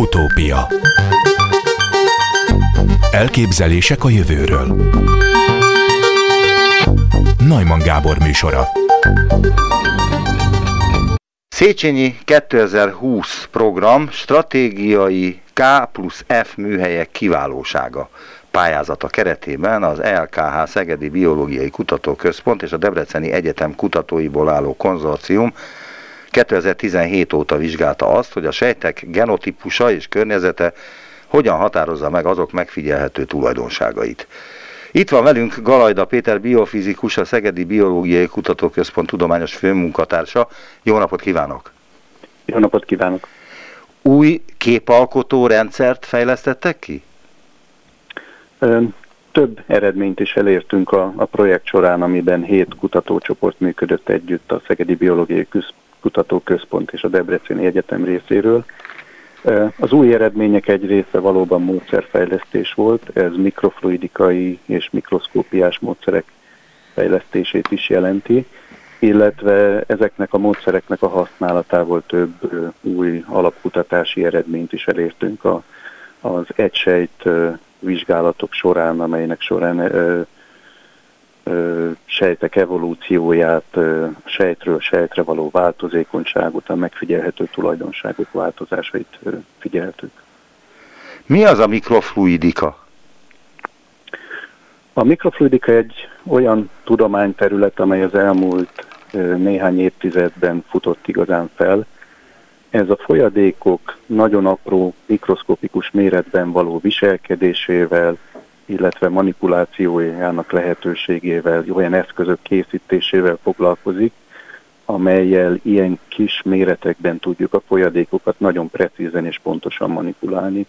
Utópia. Elképzelések a jövőről. Neumann Gábor műsora. Széchenyi 2020 program stratégiai K+F műhelyek kiválósága pályázata keretében az ELKH Szegedi Biológiai Kutatóközpont és a Debreceni Egyetem kutatóiból álló konzorcium 2017 óta vizsgálta azt, hogy a sejtek genotípusa és környezete hogyan határozza meg azok megfigyelhető tulajdonságait. Itt van velünk Galajda Péter biofizikus, a Szegedi Biológiai Kutatóközpont tudományos főmunkatársa. Jó napot kívánok! Jó napot kívánok! Új képalkotó rendszert fejlesztettek ki? Több eredményt is elértünk a projekt során, amiben 7 kutatócsoport működött együtt a Szegedi Biológiai Kutatóközpont és a Debreceni Egyetem részéről. Az új eredmények egy része valóban módszerfejlesztés volt, ez mikrofluidikai és mikroszkópiás módszerek fejlesztését is jelenti, illetve ezeknek a módszereknek a használatából több új alapkutatási eredményt is elértünk az egysejt vizsgálatok során, amelynek során sejtek evolúcióját, sejtről sejtre való változékonyságot, a megfigyelhető tulajdonságok változásait figyeltük. Mi az a mikrofluidika? A mikrofluidika egy olyan tudományterület, amely az elmúlt néhány évtizedben futott igazán fel. Ez a folyadékok nagyon apró, mikroszkopikus méretben való viselkedésével, illetve manipulációjának lehetőségével, olyan eszközök készítésével foglalkozik, amellyel ilyen kis méretekben tudjuk a folyadékokat nagyon precízen és pontosan manipulálni.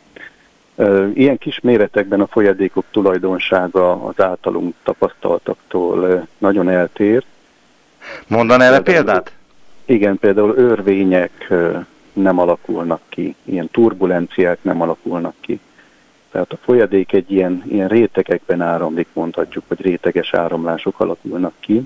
Ilyen kis méretekben a folyadékok tulajdonsága az általunk tapasztaltaktól nagyon eltér. Mondaná erre példát? Igen, például örvények nem alakulnak ki, ilyen turbulenciák nem alakulnak ki. Tehát a folyadék egy ilyen rétegekben áramlik, mondhatjuk, hogy réteges áramlások alakulnak ki.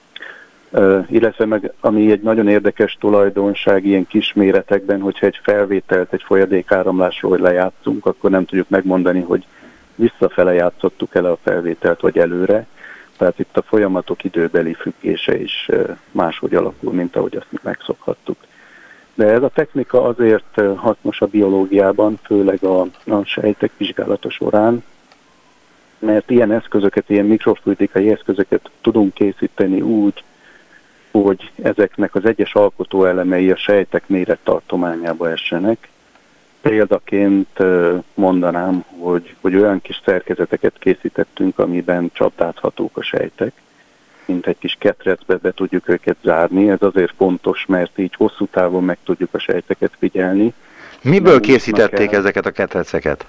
Illetve meg, ami egy nagyon érdekes tulajdonság ilyen kis méretekben, hogyha egy felvételt egy folyadék áramlásról lejátszunk, akkor nem tudjuk megmondani, hogy visszafele játszottuk el a felvételt, vagy előre. Tehát itt a folyamatok időbeli függése is máshogy alakul, mint ahogy azt megszokhattuk. De ez a technika azért hasznos a biológiában, főleg a sejtek vizsgálata során, mert ilyen eszközöket, ilyen mikrofluidikai eszközöket tudunk készíteni úgy, hogy ezeknek az egyes alkotóelemei a sejtek mérettartományába essenek. Példaként mondanám, hogy olyan kis szerkezeteket készítettünk, amiben csapdázhatók a sejtek, mint egy kis ketrecbe be tudjuk őket zárni. Ez azért fontos, mert így hosszú távon meg tudjuk a sejteket figyelni. Miből készítették ezeket a ketreceket?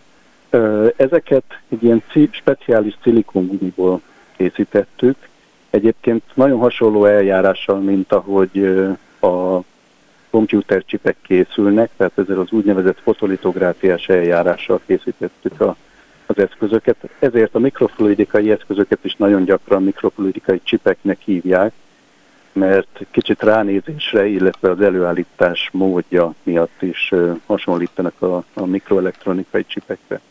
Ezeket egy ilyen speciális szilikongumiból készítettük. Egyébként nagyon hasonló eljárással, mint ahogy a komputercsipek készülnek, tehát ezzel az úgynevezett fotolitográfiás eljárással készítettük az eszközöket. Ezért a mikrofluidikai eszközöket is nagyon gyakran mikrofluidikai csipeknek hívják, mert kicsit ránézésre, illetve az előállítás módja miatt is hasonlítanak a mikroelektronikai csipekre.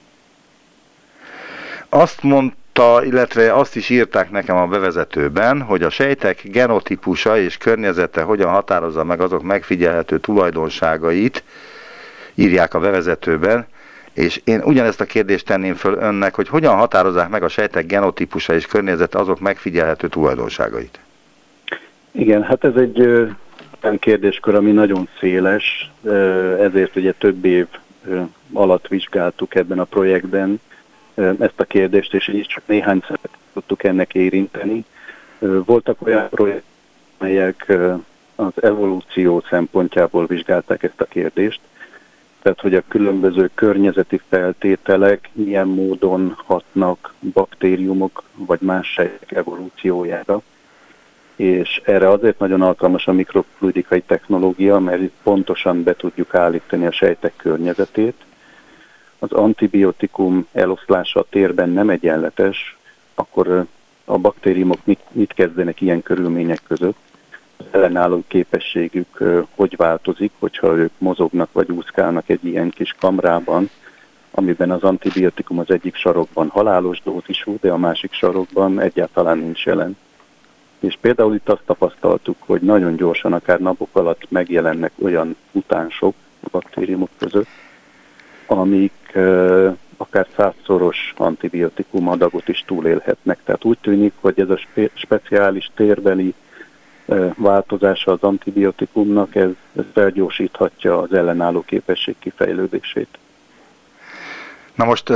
Azt mondta, illetve azt is írták nekem a bevezetőben, hogy a sejtek genotípusa és környezete hogyan határozza meg azok megfigyelhető tulajdonságait, írják a bevezetőben, és én ugyanezt a kérdést tenném föl önnek, hogy hogyan határozzák meg a sejtek genotípusa és környezete azok megfigyelhető tulajdonságait? Igen, hát ez egy olyan kérdéskör, ami nagyon széles, ezért ugye több év alatt vizsgáltuk ebben a projektben ezt a kérdést, és így csak néhány szemet tudtuk ennek érinteni. Voltak olyan projektek, amelyek az evolúció szempontjából vizsgálták ezt a kérdést, tehát hogy a különböző környezeti feltételek milyen módon hatnak baktériumok vagy más sejtek evolúciójára. És erre azért nagyon alkalmas a mikrofluidikai technológia, mert itt pontosan be tudjuk állítani a sejtek környezetét. Az antibiotikum eloszlása a térben nem egyenletes, akkor a baktériumok mit kezdenek ilyen körülmények között. ellenálló képességük hogy változik, hogyha ők mozognak vagy úszkálnak egy ilyen kis kamrában, amiben az antibiotikum az egyik sarokban halálos dózisú, de a másik sarokban egyáltalán nincs jelen. És például itt azt tapasztaltuk, hogy nagyon gyorsan, akár napok alatt megjelennek olyan mutánsok a baktériumok között, amik akár 100-szoros antibiotikum adagot is túlélhetnek. Tehát úgy tűnik, hogy ez a speciális térbeli változása az antibiotikumnak, ez felgyorsíthatja az ellenálló képesség kifejlődését. Na most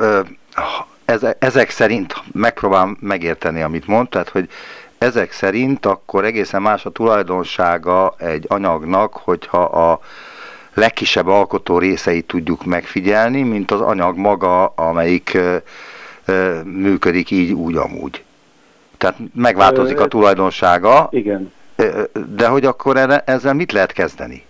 ezek szerint megpróbálom megérteni, amit mond, tehát hogy ezek szerint akkor egészen más a tulajdonsága egy anyagnak, hogyha a legkisebb alkotó részeit tudjuk megfigyelni, mint az anyag maga, amelyik működik így, úgy, amúgy. Tehát megváltozik a tulajdonsága. Igen. De hogy akkor ezzel mit lehet kezdeni?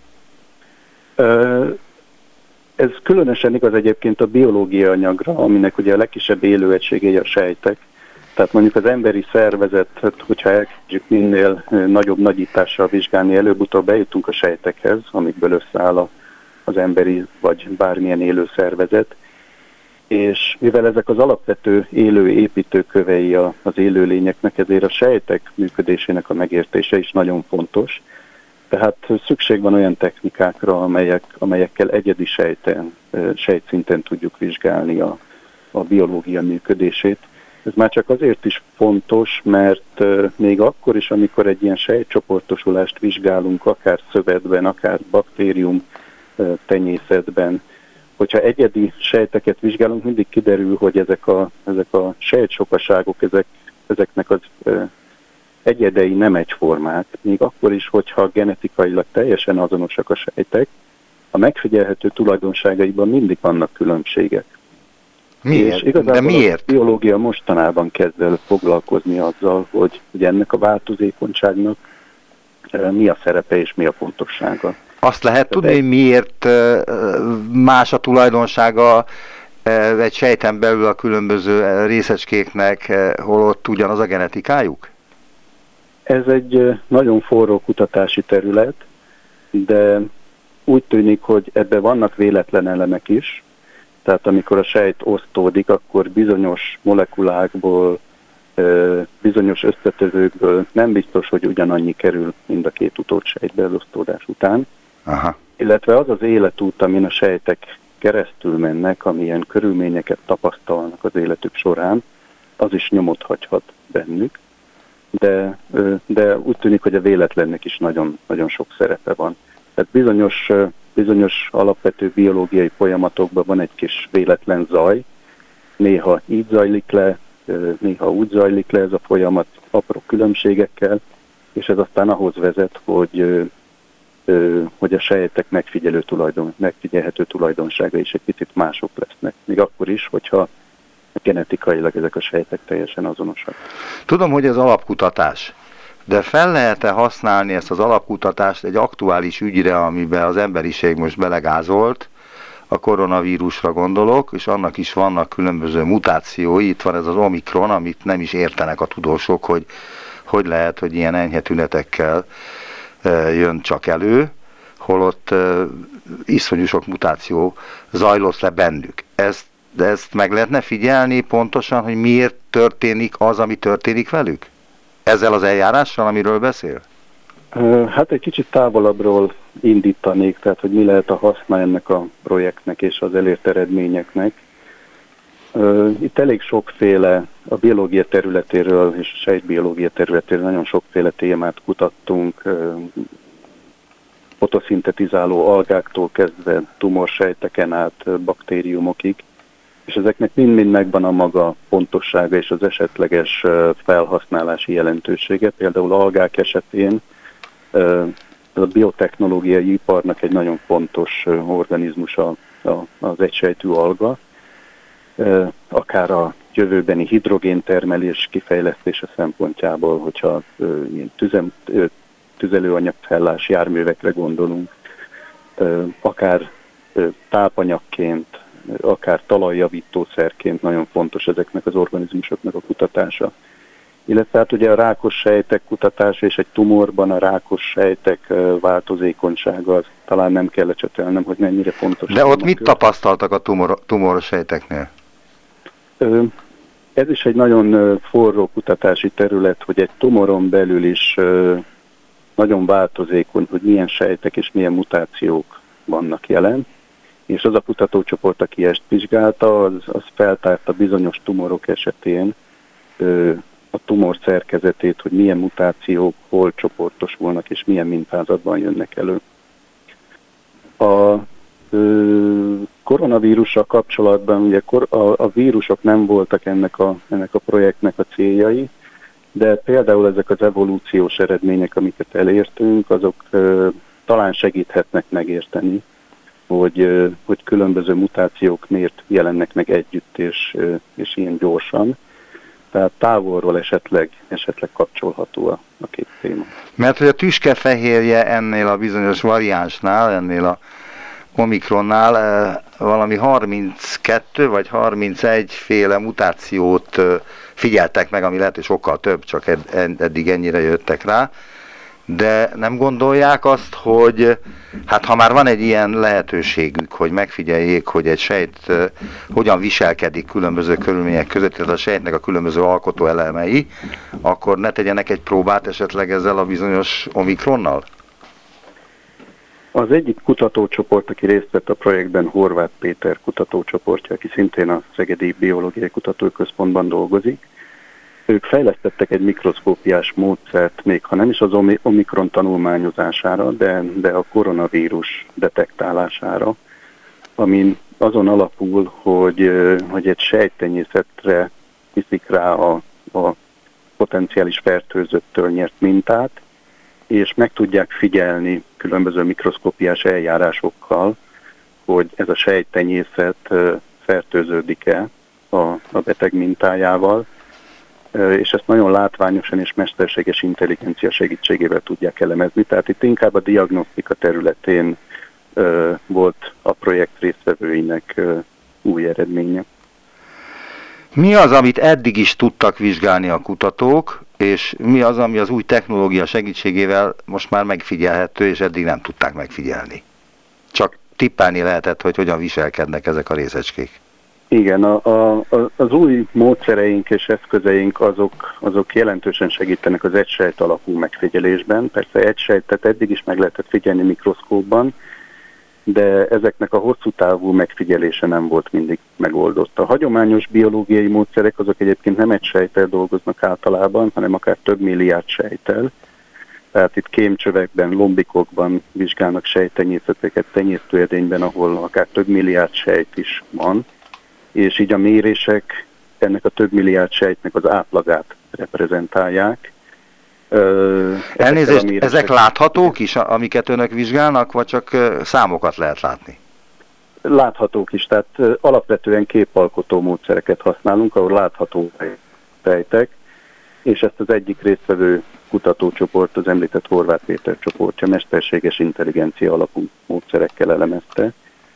Ez különösen igaz egyébként a biológiai anyagra, aminek ugye a legkisebb élőegységei a sejtek. Tehát mondjuk az emberi szervezetet, hogyha elkezdjük minél nagyobb nagyítással vizsgálni, előbb-utóbb bejutunk a sejtekhez, amikből összeáll az emberi vagy bármilyen élő szervezet. És mivel ezek az alapvető élő építőkövei az élőlényeknek, ezért a sejtek működésének a megértése is nagyon fontos. Tehát szükség van olyan technikákra, amelyekkel egyedi sejtszinten tudjuk vizsgálni a biológia működését. Ez már csak azért is fontos, mert még akkor is, amikor egy ilyen sejtcsoportosulást vizsgálunk, akár szövetben, akár baktérium tenyészetben, hogyha egyedi sejteket vizsgálunk, mindig kiderül, hogy ezek a sejtsokaságok, ezeknek az egyedei nem egyformák, még akkor is, hogyha genetikailag teljesen azonosak a sejtek, a megfigyelhető tulajdonságaiban mindig vannak különbségek. Miért? És igazából de miért? A biológia mostanában kezd el foglalkozni azzal, hogy ennek a változékonyságnak mi a szerepe és mi a fontossága. Azt lehet tudni, hogy miért más a tulajdonsága egy sejten belül a különböző részecskéknek, holott ugyanaz a genetikájuk? Ez egy nagyon forró kutatási terület, de úgy tűnik, hogy ebben vannak véletlen elemek is. Tehát amikor a sejt osztódik, akkor bizonyos molekulákból, bizonyos összetevőkből nem biztos, hogy ugyanannyi kerül mind a két utódsejtbe az osztódás után. Aha. Illetve az az életút, amin a sejtek keresztül mennek, amilyen körülményeket tapasztalnak az életük során, az is nyomot hagyhat bennük. De úgy tűnik, hogy a véletlennek is nagyon, nagyon sok szerepe van. Tehát bizonyos alapvető biológiai folyamatokban van egy kis véletlen zaj, néha így zajlik le, néha úgy zajlik le ez a folyamat apró különbségekkel, és ez aztán ahhoz vezet, hogy a sejtek megfigyelhető tulajdonsága is egy picit mások lesznek. Még akkor is, hogyha genetikailag ezek a sejtek teljesen azonosak. Tudom, hogy ez alapkutatás, de fel lehet-e használni ezt az alapkutatást egy aktuális ügyre, amiben az emberiség most belegázolt, a koronavírusra gondolok, és annak is vannak különböző mutációi, itt van ez az Omikron, amit nem is értenek a tudósok, hogy lehet, hogy ilyen enyhe tünetekkel jön csak elő, holott iszonyú sok mutáció zajlott le bennük. Ezt meg lehetne figyelni pontosan, hogy miért történik az, ami történik velük? Ezzel az eljárással, amiről beszél? Hát egy kicsit távolabbról indítanék, tehát hogy mi lehet a haszna ennek a projektnek és az elért eredményeknek. Itt elég sokféle, a biológia területéről és a sejtbiológia területéről nagyon sokféle témát kutattunk, fotoszintetizáló algáktól kezdve tumorsejteken át baktériumokig, és ezeknek mind-mind megvan a maga pontossága és az esetleges felhasználási jelentősége. Például algák esetén a biotechnológiai iparnak egy nagyon fontos organizmus az egysejtű alga, akár a jövőbeni hidrogéntermelés kifejlesztése szempontjából, hogyha ilyen tüzelőanyagfellás járművekre gondolunk, akár tápanyagként, akár talajjavítószerként nagyon fontos ezeknek az organizmusoknak a kutatása. illetve hát ugye a rákos sejtek kutatása és egy tumorban a rákos sejtek változékonysága, az talán nem kell lecsetelnem, hogy mennyire fontos. De ott mit tapasztaltak a tumoros sejteknél? Ez is egy nagyon forró kutatási terület, hogy egy tumoron belül is nagyon változékony, hogy milyen sejtek és milyen mutációk vannak jelen, és az a kutatócsoport, aki ezt vizsgálta, az feltárta bizonyos tumorok esetén a tumor szerkezetét, hogy milyen mutációk hol csoportosulnak, és milyen mintázatban jönnek elő. A koronavírussal kapcsolatban ugye a vírusok nem voltak ennek a projektnek a céljai, de például ezek az evolúciós eredmények, amiket elértünk, azok talán segíthetnek megérteni, hogy különböző mutációk miért jelennek meg együtt és ilyen gyorsan. Tehát távolról esetleg kapcsolható a két téma. Mert hogy a tüskefehérje ennél a bizonyos variánsnál, ennél a Omikronnál valami 32 vagy 31 féle mutációt figyeltek meg, ami lehet, hogy sokkal több, csak eddig ennyire jöttek rá. De nem gondolják azt, hogy hát ha már van egy ilyen lehetőségük, hogy megfigyeljék, hogy egy sejt hogyan viselkedik különböző körülmények között, tehát a sejtnek a különböző alkotó elemei, akkor ne tegyenek egy próbát esetleg ezzel a bizonyos Omikronnal? Az egyik kutatócsoport, aki részt vett a projektben, Horváth Péter kutatócsoportja, aki szintén a Szegedi Biológiai Kutatóközpontban dolgozik. Ők fejlesztettek egy mikroszkópiás módszert, még ha nem is az Omikron tanulmányozására, de a koronavírus detektálására, amin azon alapul, hogy egy sejttenyészetre viszik rá a potenciális fertőzöttől nyert mintát, és meg tudják figyelni különböző mikroszkópiás eljárásokkal, hogy ez a sejttenyészet fertőződik-e a beteg mintájával, és ezt nagyon látványosan és mesterséges intelligencia segítségével tudják elemezni. Tehát itt inkább a diagnosztika területén volt a projekt résztvevőinek új eredménye. Mi az, amit eddig is tudtak vizsgálni a kutatók, és mi az, ami az új technológia segítségével most már megfigyelhető, és eddig nem tudták megfigyelni? Csak tippelni lehetett, hogy hogyan viselkednek ezek a részecskék. Igen, az új módszereink és eszközeink azok jelentősen segítenek az egysejt alapú megfigyelésben. Persze egysejtet eddig is meg lehetett figyelni mikroszkópban, de ezeknek a hosszú távú megfigyelése nem volt mindig megoldott. A hagyományos biológiai módszerek azok egyébként nem egy sejttel dolgoznak általában, hanem akár több milliárd sejttel. Tehát itt kémcsövekben, lombikokban vizsgálnak sejttenyészeteket, tenyésztőedényben, ahol akár több milliárd sejt is van, és így a mérések ennek a több milliárd sejtnek az átlagát reprezentálják. Elnézést, ezek láthatók is, amiket önök vizsgálnak, vagy csak számokat lehet látni? Láthatók is, tehát alapvetően képalkotó módszereket használunk, ahol látható sejtek, és ezt az egyik résztvevő kutatócsoport, az említett Horváth Péter csoportja mesterséges intelligencia alapú módszerekkel elemezte,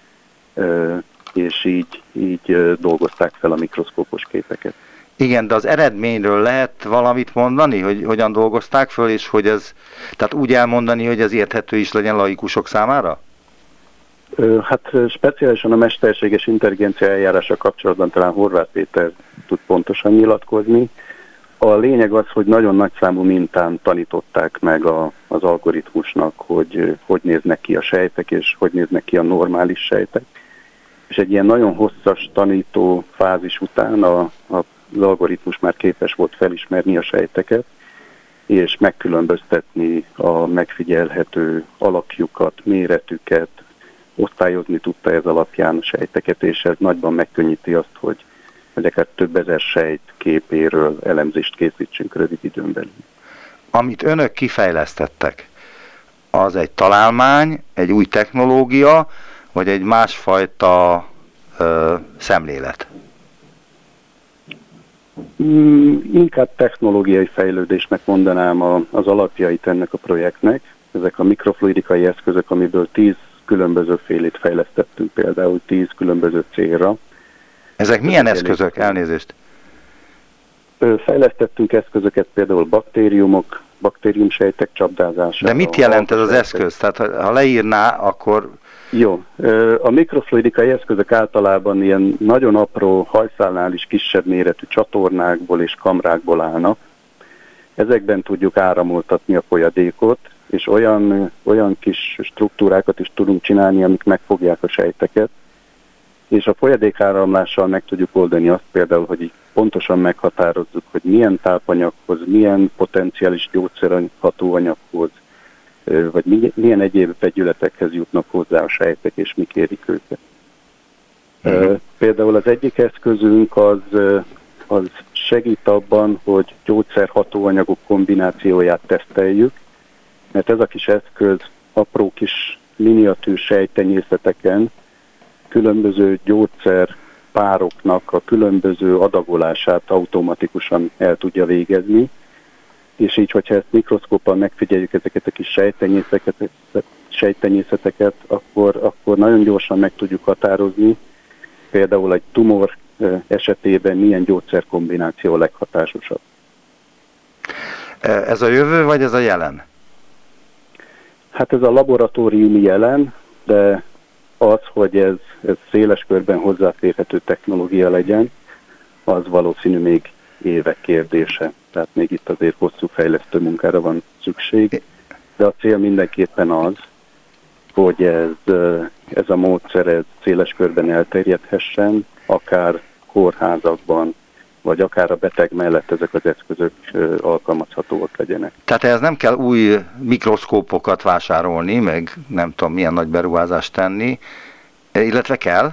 és így dolgozták fel a mikroszkópos képeket. Igen, de az eredményről lehet valamit mondani, hogy hogyan dolgozták föl, és hogy ez, tehát úgy elmondani, hogy ez érthető is legyen laikusok számára? Hát speciálisan a mesterséges intelligencia eljárása kapcsolatban talán Horváth Péter tud pontosan nyilatkozni. A lényeg az, hogy nagyon nagyszámú mintán tanították meg az algoritmusnak, hogy néznek ki a sejtek, és hogy néznek ki a normális sejtek. És egy ilyen nagyon hosszas tanító fázis után az algoritmus már képes volt felismerni a sejteket, és megkülönböztetni a megfigyelhető alakjukat, méretüket, osztályozni tudta ez alapján a sejteket, és ez nagyban megkönnyíti azt, hogy akár több ezer sejt képéről elemzést készítsünk rövid időn belül. Amit önök kifejlesztettek, az egy találmány, egy új technológia, vagy egy másfajta szemlélet? Inkább technológiai fejlődésnek mondanám az alapjait ennek a projektnek. Ezek a mikrofluidikai eszközök, amiből 10 különböző félét fejlesztettünk, például 10 különböző célra. Ezek milyen eszközök? Elnézést. Fejlesztettünk eszközöket, például baktériumsejtek csapdázására. De mit jelent ez az eszköz? Tehát ha leírná, akkor... Jó. A mikrofluidikai eszközök általában ilyen nagyon apró, hajszálnál is kisebb méretű csatornákból és kamrákból állnak. Ezekben tudjuk áramoltatni a folyadékot, és olyan kis struktúrákat is tudunk csinálni, amik megfogják a sejteket, és a folyadékáramlással meg tudjuk oldani azt például, hogy így pontosan meghatározzuk, hogy milyen tápanyaghoz, milyen potenciális gyógyszerhatóanyaghoz, vagy milyen egyéb vegyületekhez jutnak hozzá a sejtek, és mi kérik őket. Például az egyik eszközünk az segít abban, hogy gyógyszerhatóanyagok kombinációját teszteljük, mert ez a kis eszköz apró kis miniatűr sejttenyészeteken különböző gyógyszerpároknak a különböző adagolását automatikusan el tudja végezni, és így, hogyha ezt mikroszkóppal megfigyeljük ezeket a kis sejttenyészeteket, akkor nagyon gyorsan meg tudjuk határozni, például egy tumor esetében milyen gyógyszerkombináció a leghatásosabb. Ez a jövő, vagy ez a jelen? Hát ez a laboratóriumi jelen, de az, hogy ez széles körben hozzáférhető technológia legyen, az valószínű még évek kérdése. Tehát még itt azért hosszú fejlesztő munkára van szükség, de a cél mindenképpen az, hogy ez a módszer széles körben elterjedhessen, akár kórházakban, vagy akár a beteg mellett ezek az eszközök alkalmazhatóak legyenek. Tehát ehhez nem kell új mikroszkópokat vásárolni, meg nem tudom milyen nagy beruházást tenni, illetve kell?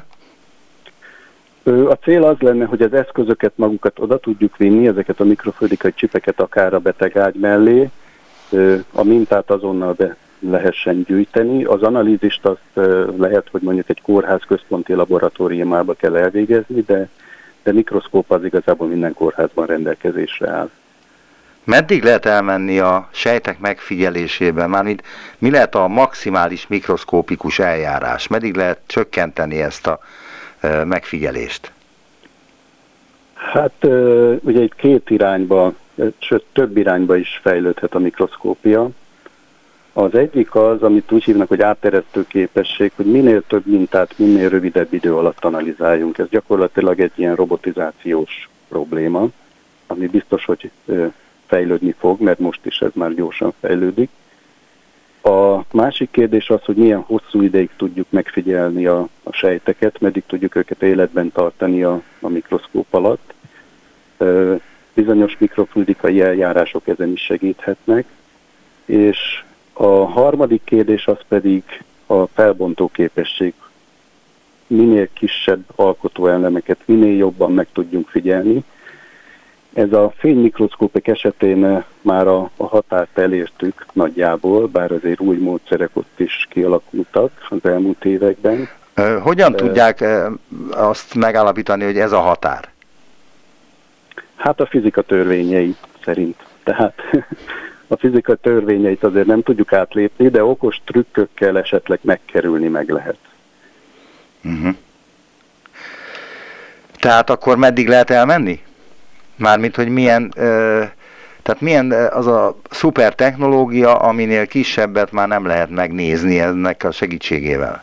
A cél az lenne, hogy az eszközöket magukat oda tudjuk vinni, ezeket a mikrofluidikai csipeket akár a betegágy mellé, a mintát azonnal be lehessen gyűjteni. Az analízist azt lehet, hogy mondjuk egy kórház központi laboratóriumába kell elvégezni, de mikroszkóp az igazából minden kórházban rendelkezésre áll. Meddig lehet elmenni a sejtek megfigyelésében? Mármint mi lehet a maximális mikroszkópikus eljárás? Meddig lehet csökkenteni ezt a megfigyelést? Hát ugye itt két irányba, sőt több irányba is fejlődhet a mikroszkópia. Az egyik az, amit úgy hívnak, hogy átteresztő képesség, hogy minél több mintát, minél rövidebb idő alatt analizáljunk. Ez gyakorlatilag egy ilyen robotizációs probléma, ami biztos, hogy fejlődni fog, mert most is ez már gyorsan fejlődik. A másik kérdés az, hogy milyen hosszú ideig tudjuk megfigyelni a sejteket, meddig tudjuk őket életben tartani a mikroszkóp alatt. Bizonyos mikrofluidikai eljárások ezen is segíthetnek, és a harmadik kérdés az pedig a felbontó képesség. Minél kisebb alkotóelemeket, minél jobban meg tudjunk figyelni. Ez a fénymikroszkópek esetén már a határt elértük nagyjából, bár azért új módszerek ott is kialakultak az elmúlt években. Hogyan tudják azt megállapítani, hogy ez a határ? Hát a fizika törvényei szerint. Tehát a fizika törvényeit azért nem tudjuk átlépni, de okos trükkökkel esetleg megkerülni meg lehet. Tehát akkor meddig lehet elmenni? Mármint, hogy milyen az a szuper technológia, aminél kisebbet már nem lehet megnézni ennek a segítségével?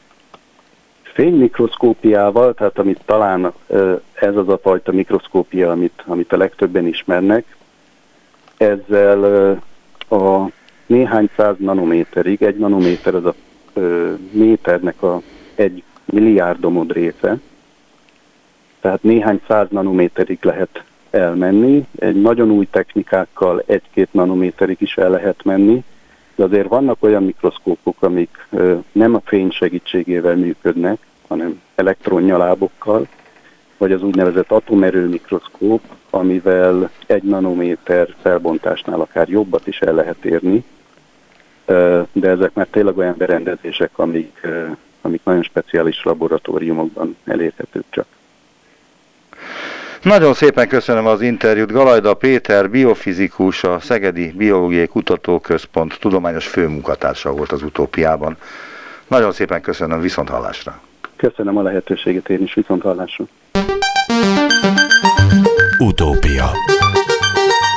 Fénymikroszkópiával, tehát amit talán ez az a fajta mikroszkópia, amit a legtöbben ismernek, ezzel a néhány száz nanométerig, egy nanométer az a méternek a 1 milliárdomod része, tehát néhány száz nanométerig lehet elmenni, egy nagyon új technikákkal 1-2 nanométerig is el lehet menni, de azért vannak olyan mikroszkópok, amik nem a fény segítségével működnek, hanem elektronnyalábokkal, vagy az úgynevezett atomerő mikroszkóp, amivel 1 nanométer felbontásnál akár jobbat is el lehet érni, de ezek már tényleg olyan berendezések, amik nagyon speciális laboratóriumokban elérhetők csak. Nagyon szépen köszönöm az interjút. Galajda Péter, biofizikus, a Szegedi Biológiai Kutatóközpont tudományos főmunkatársa volt az Utópiában. Nagyon szépen köszönöm, viszonthallásra. Köszönöm a lehetőséget, én is viszonthallásra. Utópia.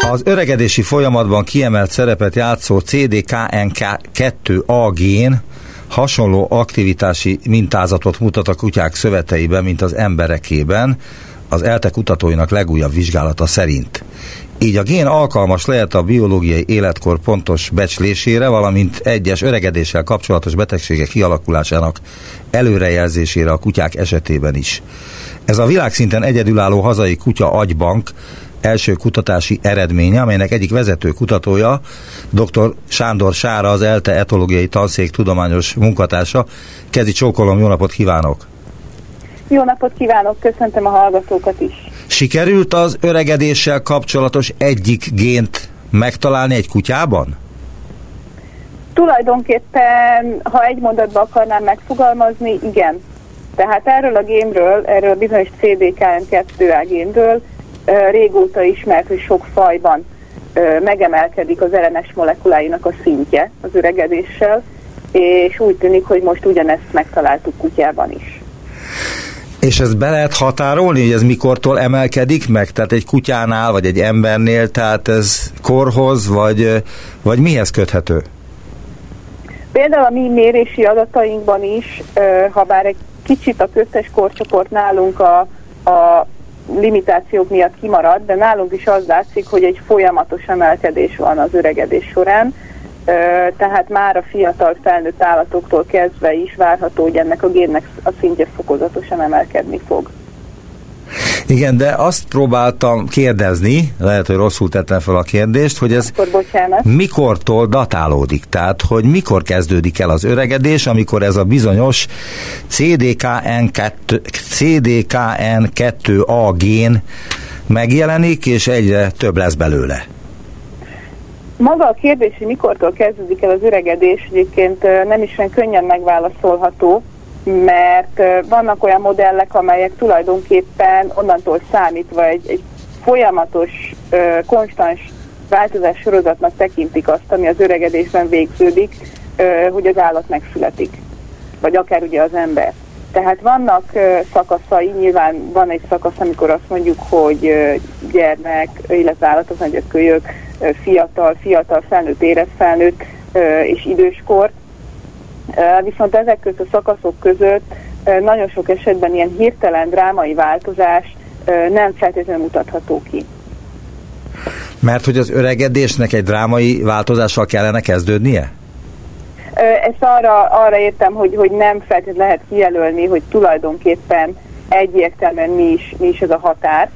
Az öregedési folyamatban kiemelt szerepet játszó CDKN2A gén hasonló aktivitási mintázatot mutat a kutyák szöveteiben, mint az emberekében, az ELTE kutatóinak legújabb vizsgálata szerint. Így a gén alkalmas lehet a biológiai életkor pontos becslésére, valamint egyes öregedéssel kapcsolatos betegségek kialakulásának előrejelzésére a kutyák esetében is. Ez a világszinten egyedülálló hazai kutya agybank első kutatási eredménye, amelynek egyik vezető kutatója, dr. Sándor Sára, az ELTE etológiai tanszék tudományos munkatársa. Kezi csókolom, jó napot kívánok! Jó napot kívánok, köszöntöm a hallgatókat is! Sikerült az öregedéssel kapcsolatos egyik gént megtalálni egy kutyában? Tulajdonképpen, ha egy mondatban akarnám megfogalmazni, igen. Tehát erről a génről, erről a bizonyos CDKN2A génről régóta ismert, hogy sok fajban megemelkedik az RNS molekuláinak a szintje az öregedéssel, és úgy tűnik, hogy most ugyanezt megtaláltuk kutyában is. És ezt be lehet határolni, hogy ez mikortól emelkedik meg? Tehát egy kutyánál, vagy egy embernél, tehát ez korhoz, vagy mihez köthető? Például a mi mérési adatainkban is, ha bár egy kicsit a köztes korcsoport nálunk a limitációk miatt kimarad, de nálunk is az látszik, hogy egy folyamatos emelkedés van az öregedés során, tehát már a fiatal felnőtt állatoktól kezdve is várható, hogy ennek a génnek a szintje fokozatosan emelkedni fog. Igen, de azt próbáltam kérdezni, lehet, hogy rosszul tettem fel a kérdést, hogy ez mikortól datálódik, tehát hogy mikor kezdődik el az öregedés, amikor ez a bizonyos CDKN2A gén megjelenik, és egyre több lesz belőle. Maga a kérdés, hogy mikortól kezdődik el az öregedés, egyébként nem is olyan könnyen megválaszolható, mert vannak olyan modellek, amelyek tulajdonképpen onnantól számítva egy folyamatos, konstans változás sorozatnak tekintik azt, ami az öregedésben végződik, hogy az állat megszületik, vagy akár ugye az ember. Tehát vannak szakaszai, nyilván van egy szakasz, amikor azt mondjuk, hogy gyermek, illetve állatok, nagyobb kölyök, fiatal felnőtt, érett felnőtt és időskor. Viszont ezek között a szakaszok között nagyon sok esetben ilyen hirtelen drámai változás nem feltétlenül mutatható ki. Mert hogy az öregedésnek egy drámai változással kellene kezdődnie? Ezt arra értem, hogy nem feltétlenül lehet kijelölni, hogy tulajdonképpen egyértelműen mi is ez a határ,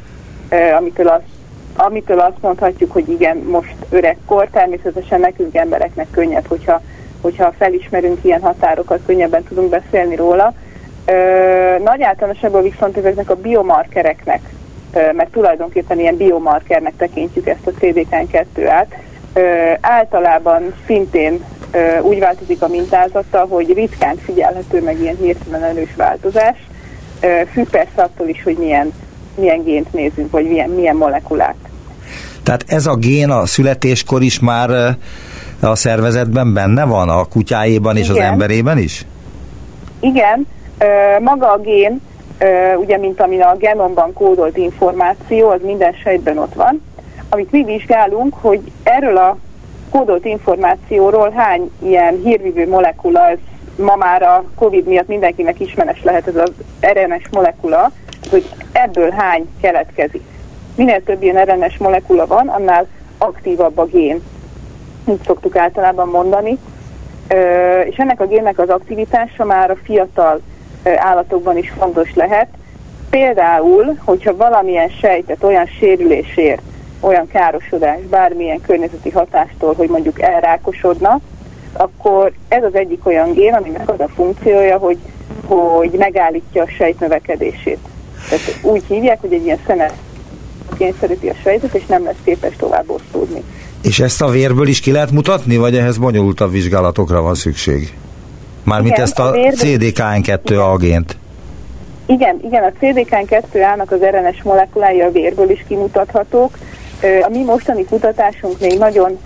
amitől azt mondhatjuk, hogy igen, most öregkor. Természetesen nekünk embereknek könnyebb, hogyha felismerünk ilyen határokat, könnyebben tudunk beszélni róla. Nagy általánosságban viszont ezeknek a biomarkereknek, mert tulajdonképpen ilyen biomarkernek tekintjük ezt a CDKN2-át, általában szintén úgy változik a mintázata, hogy ritkán figyelhető meg ilyen hirtelen erős változás. Függ persze attól is, hogy milyen gént nézünk, vagy milyen molekulát. Tehát ez a gén a születéskor is már a szervezetben benne van, a kutyájében és igen, az emberében is? Igen, maga a gén, ugye mint ami a genomban kódolt információ, az minden sejtben ott van. Amit mi vizsgálunk, hogy erről a kódolt információról hány ilyen hírvívő molekula, ez ma már a Covid miatt mindenkinek ismeres lehet ez az RNS molekula, hogy ebből hány keletkezik. Minél több ilyen RNS molekula van, annál aktívabb a gén. Így szoktuk általában mondani. És ennek a génnek az aktivitása már a fiatal állatokban is fontos lehet. Például, hogyha valamilyen sejtet olyan sérülésért, olyan károsodás, bármilyen környezeti hatástól, hogy mondjuk elrákosodna, akkor ez az egyik olyan gén, aminek az a funkciója, hogy megállítja a sejt növekedését. Tehát úgy hívják, hogy egy ilyen szenet kényszeríti a sejtet, és nem lesz képes tovább osztódni. És ezt a vérből is ki lehet mutatni, vagy ehhez bonyolultabb vizsgálatokra van szükség? Mármint ezt a CDKN2A gént. Igen, a CDKN2A-nak az RNS molekulái a vérből is kimutathatók. A mi mostani kutatásunk még nagyon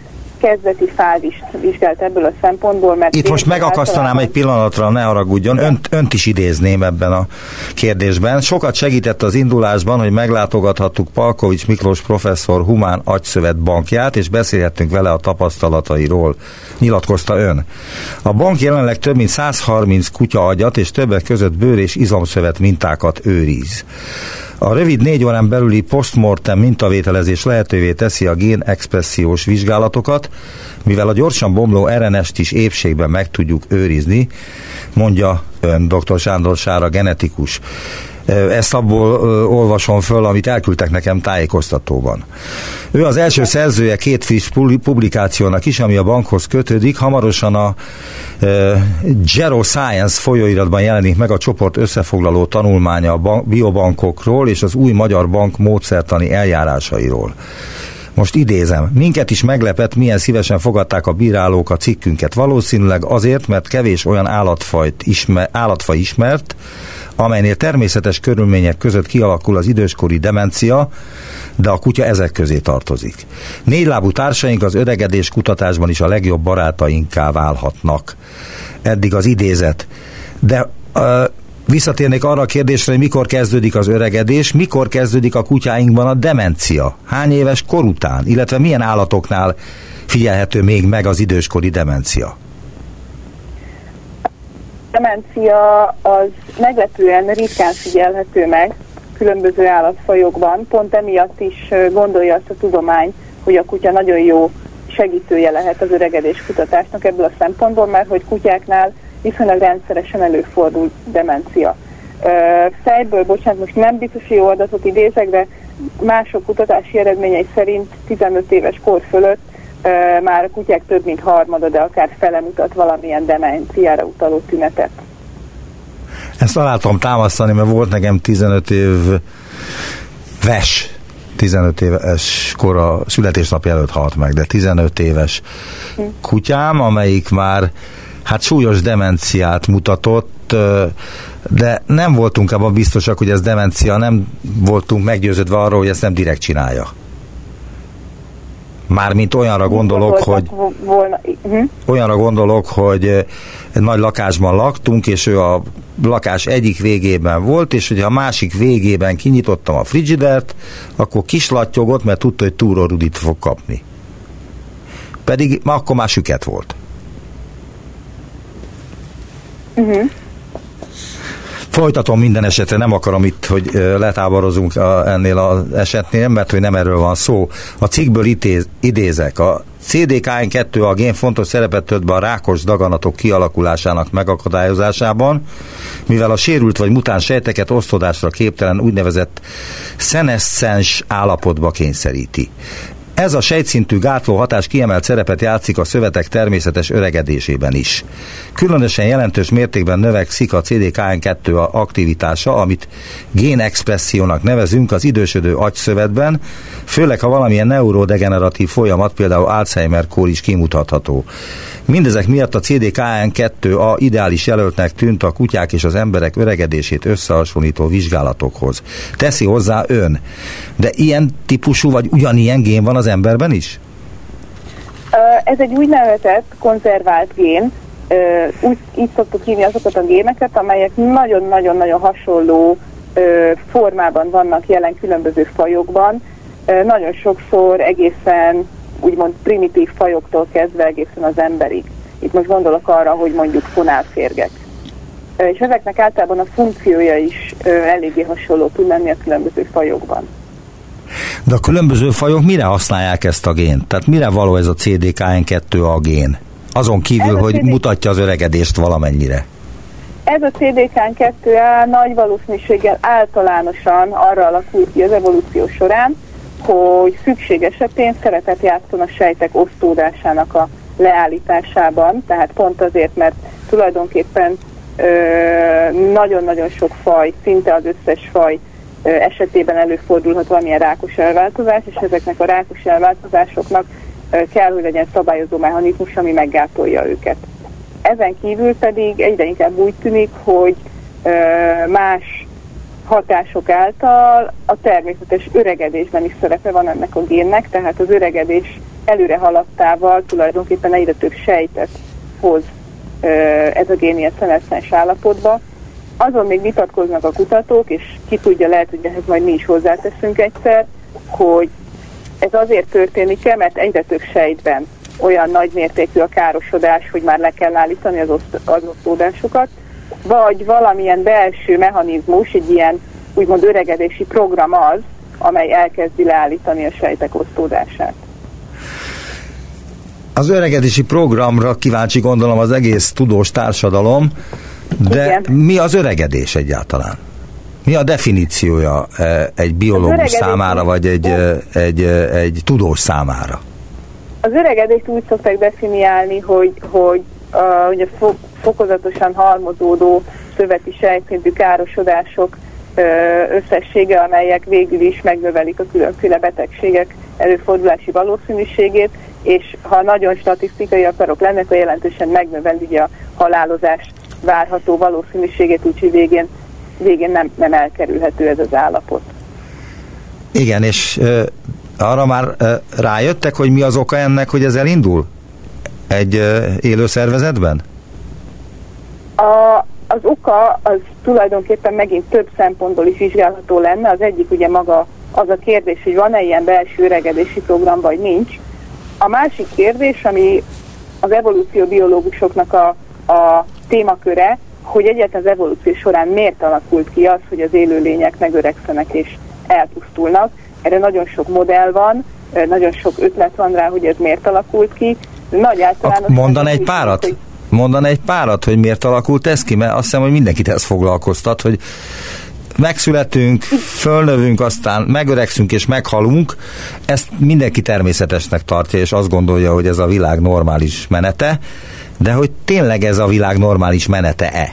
kezdeti fázist vizsgált ebből a szempontból, mert... Itt most megakasztanám egy pillanatra, ne haragudjon, önt is idézném ebben a kérdésben. Sokat segített az indulásban, hogy meglátogathattuk Palkovics Miklós professzor Humán Agyszövet bankját, és beszélhettünk vele a tapasztalatairól, nyilatkozta ön. A bank jelenleg több mint 130 kutya agyat és többek között bőr- és izomszövet mintákat őriz. A rövid 4 órán belüli postmortem mintavételezés lehetővé teszi a génexpressziós vizsgálatokat, mivel a gyorsan bomló RNS-t is épségben meg tudjuk őrizni, mondja ön, dr. Sándor Sára, genetikus. Ezt abból olvasom föl, amit elküldtek nekem tájékoztatóban. Ő az első szerzője 2 friss publikációnak is, ami a bankhoz kötődik. Hamarosan a Gero Science folyóiratban jelenik meg a csoport összefoglaló tanulmánya a biobankokról és az új magyar bank módszertani eljárásairól. Most idézem, minket is meglepett, milyen szívesen fogadták a bírálók a cikkünket. Valószínűleg azért, mert kevés olyan állatfaj ismert, amelynél természetes körülmények között kialakul az időskori demencia, de a kutya ezek közé tartozik. 4 lábú társaink az öregedés kutatásban is a legjobb barátainká válhatnak. Eddig az idézet. De visszatérnék arra a kérdésre, hogy mikor kezdődik az öregedés, mikor kezdődik a kutyáinkban a demencia, hány éves kor után, illetve milyen állatoknál figyelhető még meg az időskori demencia? A demencia az meglepően ritkán figyelhető meg különböző állatfajokban, pont emiatt is gondolja azt a tudomány, hogy a kutya nagyon jó segítője lehet az öregedés kutatásnak ebből a szempontból, mert hogy kutyáknál viszonylag rendszeresen előfordul demencia. Fejből, bocsánat, most nem biztos, hogy jó adatot idézek, de mások kutatási eredményei szerint 15 éves kor fölött már a kutyák több mint harmada, de akár fele mutat valamilyen demenciára utaló tünetet. Ezt alá tudom támasztani, mert volt nekem 15 éves kora, születésnapja előtt halt meg, de 15 éves kutyám, amelyik már súlyos demenciát mutatott, de nem voltunk abban biztosak, hogy ez demencia, nem voltunk meggyőződve arról, hogy ezt nem direkt csinálja. Mármint olyanra gondolok, hogy egy nagy lakásban laktunk, és ő a lakás egyik végében volt, és hogyha a másik végében kinyitottam a frigidert, akkor kislattyogott, mert tudta, hogy túrórudit fog kapni. Pedig akkor már süket volt. Folytatom minden esetre, nem akarom itt, hogy letáborozunk ennél az esetnél, mert hogy nem erről van szó. A cikkből idézek. A CDKN2 a gén fontos szerepet tölt be a rákos daganatok kialakulásának megakadályozásában, mivel a sérült vagy mutáns sejteket osztódásra képtelen úgynevezett szeneszcens állapotba kényszeríti. Ez a sejtszintű gátló hatás kiemelt szerepet játszik a szövetek természetes öregedésében is. Különösen jelentős mértékben növekszik a CDKN2 aktivitása, amit génexpressziónak nevezünk az idősödő agyszövetben, főleg ha valamilyen neurodegeneratív folyamat, például Alzheimer-kór is kimutatható. Mindezek miatt a CDKN2 ideális jelöltnek tűnt a kutyák és az emberek öregedését összehasonlító vizsgálatokhoz. Teszi hozzá ön. De ilyen típusú vagy ugyanilyen gén van az emberben is? Ez egy úgynevezett konzervált gén. Így szoktuk hívni azokat a géneket, amelyek nagyon-nagyon-nagyon hasonló formában vannak jelen különböző fajokban. Nagyon sokszor egészen úgymond primitív fajoktól kezdve egészen az emberig. Itt most gondolok arra, hogy mondjuk fonálférgek. És ezeknek általában a funkciója is eléggé hasonló tud lenni a különböző fajokban. De a különböző fajok mire használják ezt a gént? Tehát mire való ez a CDKN2 a gén? Azon kívül, hogy mutatja az öregedést valamennyire. Ez a CDKN2 nagy valószínűséggel általánosan arra alakul ki az evolúció során, hogy szükség esetén szerepet játszon a sejtek osztódásának a leállításában, tehát pont azért, mert tulajdonképpen nagyon-nagyon sok faj, szinte az összes faj esetében előfordulhat valamilyen rákos elváltozás, és ezeknek a rákos elváltozásoknak kell, hogy legyen szabályozó mechanizmus, ami meggátolja őket. Ezen kívül pedig egyre inkább úgy tűnik, hogy más hatások által a természetes öregedésben is szerepe van ennek a génnek, tehát az öregedés előre haladtával tulajdonképpen egyre több sejtet hoz ez a gén ilyen szeneszens állapotba. Azon még vitatkoznak a kutatók, és ki tudja, lehet, hogy ehhez majd mi is hozzáteszünk egyszer, hogy ez azért történik-e, mert egyre több sejtben olyan nagy mértékű a károsodás, hogy már le kell állítani az osztódásokat, vagy valamilyen belső mechanizmus, egy ilyen úgymond öregedési program az, amely elkezdi leállítani a sejtek osztódását. Az öregedési programra kíváncsi, gondolom, az egész tudós társadalom, de igen. Mi az öregedés egyáltalán? Mi a definíciója egy biológus számára, vagy egy tudós számára? Az öregedést úgy szokták definiálni, hogy ugye fokozatosan halmozódó szöveti sejtszintű károsodások összessége, amelyek végül is megnövelik a különféle betegségek előfordulási valószínűségét, és ha nagyon statisztikai akarok lenni, akkor jelentősen megnöveli a halálozás várható valószínűségét, úgyhogy végén nem elkerülhető ez az állapot. Igen, és arra már rájöttek, hogy mi az oka ennek, hogy ez elindul egy élő szervezetben? Az oka az tulajdonképpen megint több szempontból is vizsgálható lenne. Az egyik ugye maga az a kérdés, hogy van-e ilyen belső öregedési program, vagy nincs. A másik kérdés, ami az evolúcióbiológusoknak a témaköre, hogy egyáltalán az evolúció során miért alakult ki az, hogy az élőlények megöregszenek és elpusztulnak. Erre nagyon sok modell van, nagyon sok ötlet van rá, hogy ez miért alakult ki. Nagy általános Mondan egy párat, hogy miért alakult ez ki, mert azt hiszem, hogy mindenkit ez foglalkoztat, hogy megszületünk, fölnövünk, aztán megöregszünk és meghalunk. Ezt mindenki természetesnek tartja, és azt gondolja, hogy ez a világ normális menete, de hogy tényleg ez a világ normális menete-e?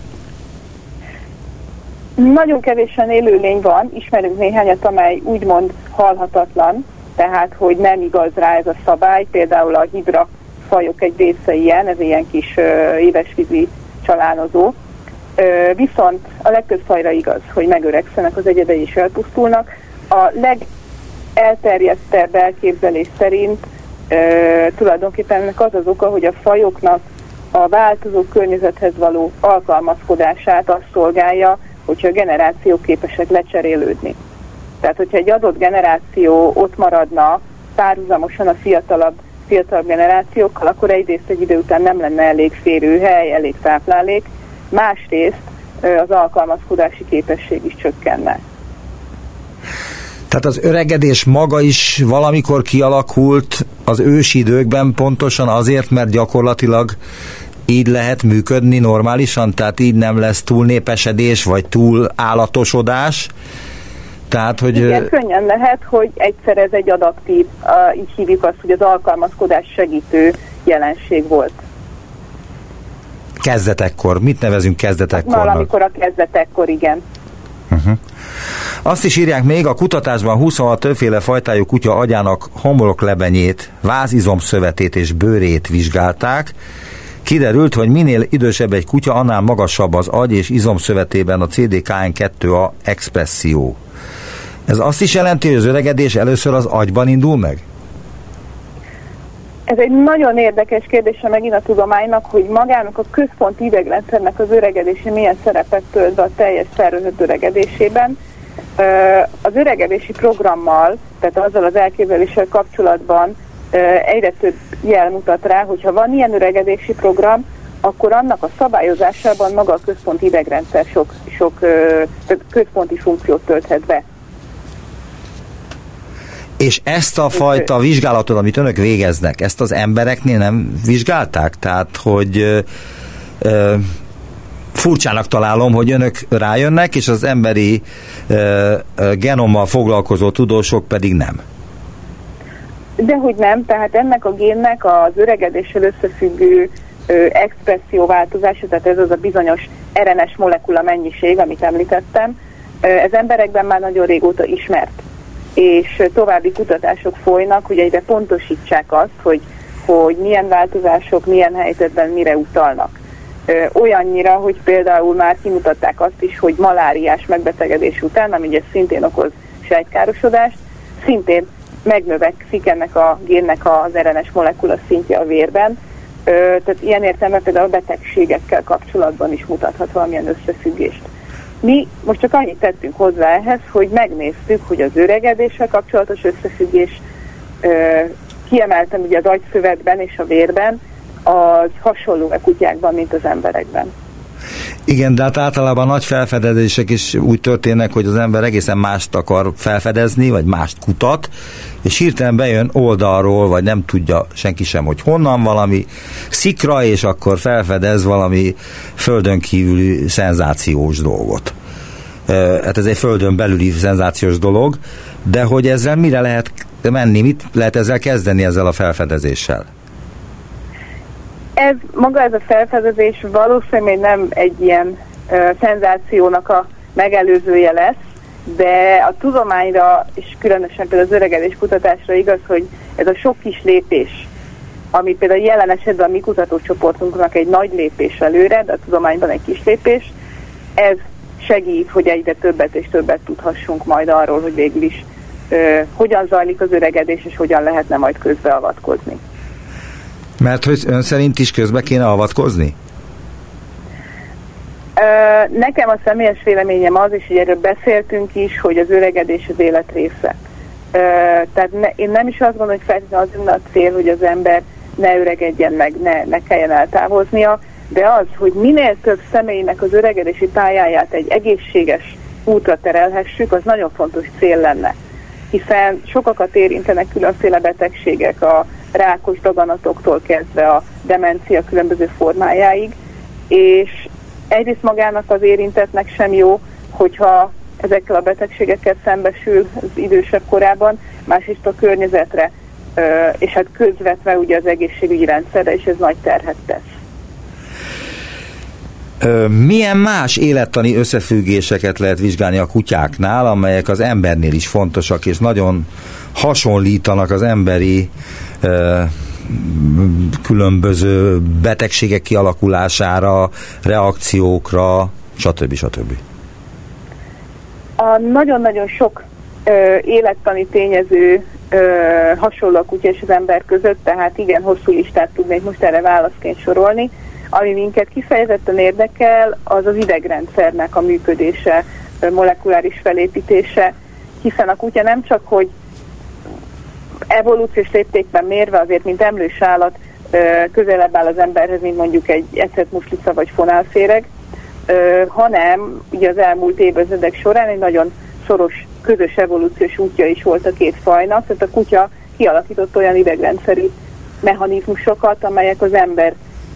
Nagyon kevésen élőlény van, ismerünk néhányat, amely úgymond halhatatlan, tehát hogy nem igaz rá ez a szabály, például a hidra fajok egy része ilyen, ez ilyen kis édesvízi csalánozó. Viszont a legtöbb fajra igaz, hogy megöregszenek az egyedei és elpusztulnak. A legelterjedtebb elképzelés szerint tulajdonképpen ennek az az oka, hogy a fajoknak a változó környezethez való alkalmazkodását azt szolgálja, hogyha a generációk képesek lecserélődni. Tehát, hogyha egy adott generáció ott maradna párhuzamosan a fiatalabb generációkkal, akkor egyrészt egy idő után nem lenne elég férőhely, elég táplálék, másrészt az alkalmazkodási képesség is csökkenne. Tehát az öregedés maga is valamikor kialakult az ősi időkben pontosan azért, mert gyakorlatilag így lehet működni normálisan, tehát így nem lesz túlnépesedés, vagy túl állatosodás. Tehát, hogy... Igen, könnyen lehet, hogy egyszer ez egy adaptív, így hívjuk azt, hogy az alkalmazkodás segítő jelenség volt. Kezdetekkor. Mit nevezünk kezdetekkornak? Valamikor a kezdetekkor, igen. Uh-huh. Azt is írják még, a kutatásban 26 többféle fajtájú kutya agyának homloklebenyét, vázizomszövetét és bőrét vizsgálták. Kiderült, hogy minél idősebb egy kutya, annál magasabb az agy és izomszövetében a CDKN2A expresszió. Ez azt is jelenti, hogy az öregedés először az agyban indul meg? Ez egy nagyon érdekes kérdése megint a tudománynak, hogy magának a központi idegrendszernek az öregedése milyen szerepet tölt be a teljes szervezet öregedésében. Az öregedési programmal, tehát azzal az elképzeléssel kapcsolatban egyre több jel mutat rá, hogyha van ilyen öregedési program, akkor annak a szabályozásában maga a központi idegrendszer sok központi funkciót tölthet be. És ezt a fajta vizsgálatot, amit önök végeznek, ezt az embereknél nem vizsgálták? Tehát, hogy furcsának találom, hogy önök rájönnek, és az emberi genommal foglalkozó tudósok pedig nem. Dehogy nem, tehát ennek a génnek az öregedéssel összefüggő expresszió változása, tehát ez az a bizonyos RNS molekula mennyiség, amit említettem, ez emberekben már nagyon régóta ismert. És további kutatások folynak, hogy egyre pontosítsák azt, hogy milyen változások, milyen helyzetben mire utalnak. Olyannyira, hogy például már kimutatták azt is, hogy maláriás megbetegedés után, ami ugye szintén okoz sejtkárosodást, szintén megnövekszik ennek a génnek az RNS molekula szintje a vérben. Tehát ilyen értelemben például a betegségekkel kapcsolatban is mutathat valamilyen összefüggést. Mi most csak annyit tettünk hozzá ehhez, hogy megnéztük, hogy az öregedéssel kapcsolatos összefüggés, kiemeltem ugye az agyszövetben és a vérben, az hasonló a kutyákban, mint az emberekben. Igen, de hát általában nagy felfedezések is úgy történnek, hogy az ember egészen mást akar felfedezni, vagy mást kutat, és hirtelen bejön oldalról, vagy nem tudja senki sem, hogy honnan valami szikra, és akkor felfedez valami földön kívüli szenzációs dolgot. Hát ez egy földön belüli szenzációs dolog, de hogy ezzel mire lehet menni, mit lehet ezzel kezdeni, ezzel a felfedezéssel? Ez a felfedezés valószínűleg nem egy ilyen szenzációnak a megelőzője lesz, de a tudományra, és különösen például az öregedés kutatásra igaz, hogy ez a sok kis lépés, ami például jelen esetben a mi kutatócsoportunknak egy nagy lépés előre, de a tudományban egy kis lépés, ez segít, hogy egyre többet és többet tudhassunk majd arról, hogy végül is hogyan zajlik az öregedés, és hogyan lehetne majd közbeavatkozni. Mert hogy ön szerint is közbe kéne avatkozni? Nekem a személyes véleményem az, és erről beszéltünk is, hogy az öregedés az élet része. Tehát én nem is azt gondolom, hogy feltétlenül az a cél, hogy az ember ne öregedjen meg, ne kelljen eltávoznia, de az, hogy minél több személynek az öregedési pályáját egy egészséges útra terelhessük, az nagyon fontos cél lenne. Hiszen sokakat érintenek különféle betegségek, a rákos daganatoktól kezdve a demencia különböző formájáig, és egyrészt magának az érintettnek sem jó, hogyha ezekkel a betegségekkel szembesül az idősebb korában, másrészt a környezetre, és hát közvetve ugye az egészségügyi rendszerre, és ez nagy terhet tesz. Milyen más élettani összefüggéseket lehet vizsgálni a kutyáknál, amelyek az embernél is fontosak, és nagyon hasonlítanak az emberi különböző betegségek kialakulására, reakciókra, stb. A nagyon-nagyon sok élettani tényező hasonló a kutya és az ember között, tehát igen, hosszú listát tudnék most erre válaszként sorolni. Ami minket kifejezetten érdekel, az az idegrendszernek a működése, molekuláris felépítése, hiszen a kutya nem csak, hogy evolúciós léptékben mérve azért, mint emlős állat, közelebb áll az emberhez, mint mondjuk egy ecetmuslica vagy fonálféreg, hanem ugye az elmúlt évezredek során egy nagyon szoros közös evolúciós útja is volt a két fajnak, tehát a kutya kialakított olyan idegrendszeri mechanizmusokat, amelyek az emberhez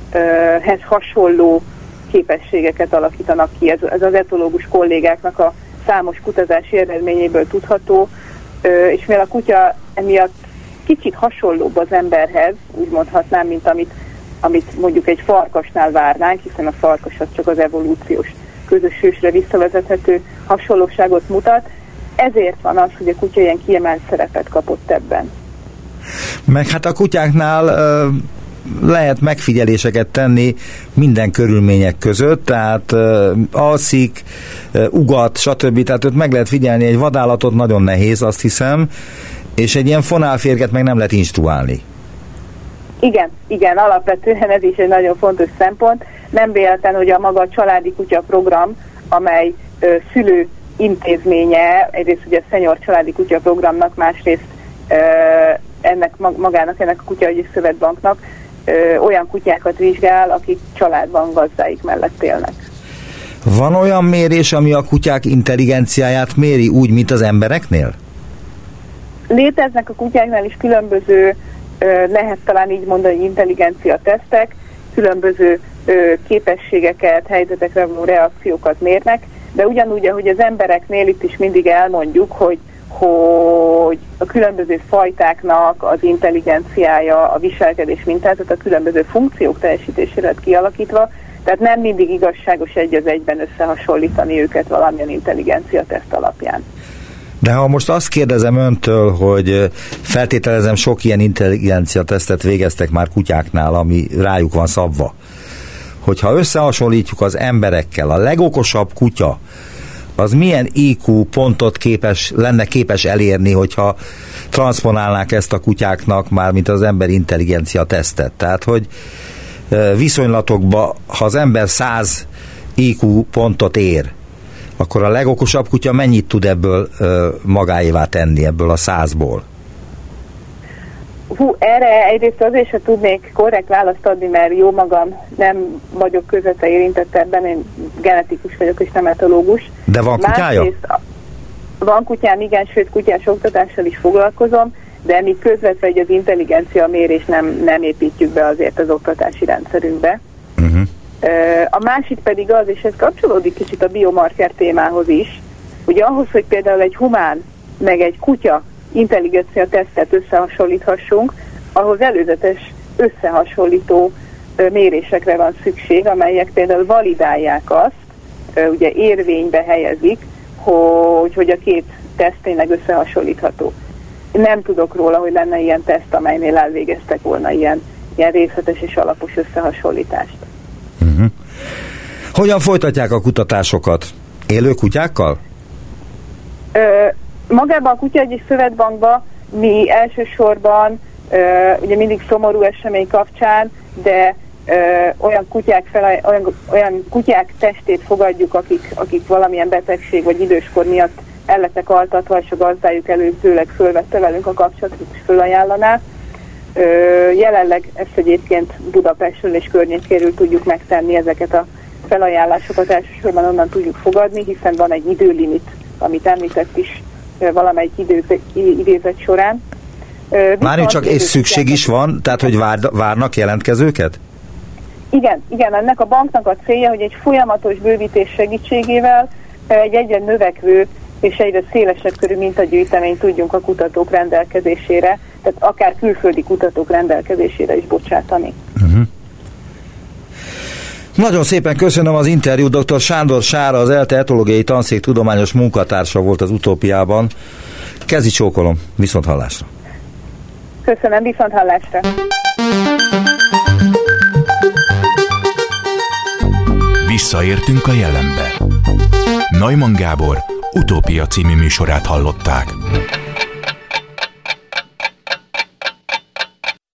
hasonló képességeket alakítanak ki. Ez az etológus kollégáknak a számos kutatási eredményéből tudható, és mivel a kutya emiatt kicsit hasonlóbb az emberhez, úgy mondhatnám, mint amit mondjuk egy farkasnál várnánk, hiszen a farkas az csak az evolúciós közös ősre visszavezethető hasonlóságot mutat, ezért van az, hogy a kutya ilyen kiemelt szerepet kapott ebben. Meg hát a kutyáknál lehet megfigyeléseket tenni minden körülmények között, tehát alszik, ugat, stb. Tehát őt meg lehet figyelni, egy vadállatot nagyon nehéz, azt hiszem, és egy ilyen fonálférget meg nem lehet instruálni. Igen, alapvetően ez is egy nagyon fontos szempont. Nem véletlen, hogy a maga a családi kutya program, amely szülő intézménye, egyrészt ugye a Senior Családi Kutya Programnak, másrészt ennek a Kutyaügyi Szövetbanknak olyan kutyákat vizsgál, akik családban gazdáik mellett élnek. Van olyan mérés, ami a kutyák intelligenciáját méri úgy, mint az embereknél? Léteznek a kutyáknál is különböző, lehet talán így mondani, intelligencia tesztek, különböző képességeket, helyzetekre való reakciókat mérnek, de ugyanúgy, ahogy az embereknél itt is mindig elmondjuk, hogy a különböző fajtáknak az intelligenciája, a viselkedés mintázat a különböző funkciók teljesítésére lett kialakítva, tehát nem mindig igazságos egy az egyben összehasonlítani őket valamilyen intelligencia teszt alapján. De ha most azt kérdezem öntől, hogy feltételezem sok ilyen intelligencia tesztet végeztek már kutyáknál, ami rájuk van szabva, hogyha összehasonlítjuk az emberekkel, a legokosabb kutya az milyen IQ pontot lenne képes elérni, hogyha transzponálnák ezt a kutyáknak, mármint az ember intelligencia tesztet. Tehát, hogy viszonylatokban, ha az ember 100 IQ pontot ér, akkor a legokosabb kutya mennyit tud ebből magáévá tenni, ebből a 100-ból? Erre egyrészt azért sem tudnék korrekt választ adni, mert jó magam nem vagyok közvetve érintett ebben, én genetikus vagyok és nem etológus. De van kutyája? Másrészt, van kutyám, igen, sőt kutyás oktatással is foglalkozom, de mi közvetve az intelligencia mérés nem építjük be azért az oktatási rendszerünkbe. A másik pedig az, és ez kapcsolódik kicsit a biomarker témához is, hogy ahhoz, hogy például egy humán meg egy kutya intelligencia tesztet összehasonlíthassunk, ahhoz előzetes összehasonlító mérésekre van szükség, amelyek például validálják azt, ugye érvénybe helyezik, hogy a két teszt tényleg összehasonlítható. Nem tudok róla, hogy lenne ilyen teszt, amelynél elvégeztek volna ilyen részletes és alapos összehasonlítást. Hogyan folytatják a kutatásokat? Élő kutyákkal? Magában a Kutyaügyi Szövetbankban mi elsősorban ugye mindig szomorú esemény kapcsán, de olyan kutyák testét fogadjuk, akik valamilyen betegség vagy időskor miatt el lettek altatva, és a gazdájuk előzőleg fölvette velünk a kapcsolatot, és fölajánlaná. Jelenleg ezt egyébként Budapestről és környékéről tudjuk megtenni, ezeket a felajánlásokat elsősorban onnan tudjuk fogadni, hiszen van egy időlimit, amit említett is valamelyik idézet során. Mármint csak és szükség is van, tehát hogy várnak jelentkezőket? Igen, ennek a banknak a célja, hogy egy folyamatos bővítés segítségével egy egyre növekvő és egyre szélesebb körű mintagyűjteményt tudjunk a kutatók rendelkezésére, tehát akár külföldi kutatók rendelkezésére is bocsátani. Nagyon szépen köszönöm az interjút. Dr. Sándor Sára, az ELTE etológiai tanszék tudományos munkatársa volt az Utópiában. Kezi csókolom, viszont hallásra. Köszönöm, viszont hallásra. Visszaértünk a jelenbe. Neumann Gábor Utópia című műsorát hallották.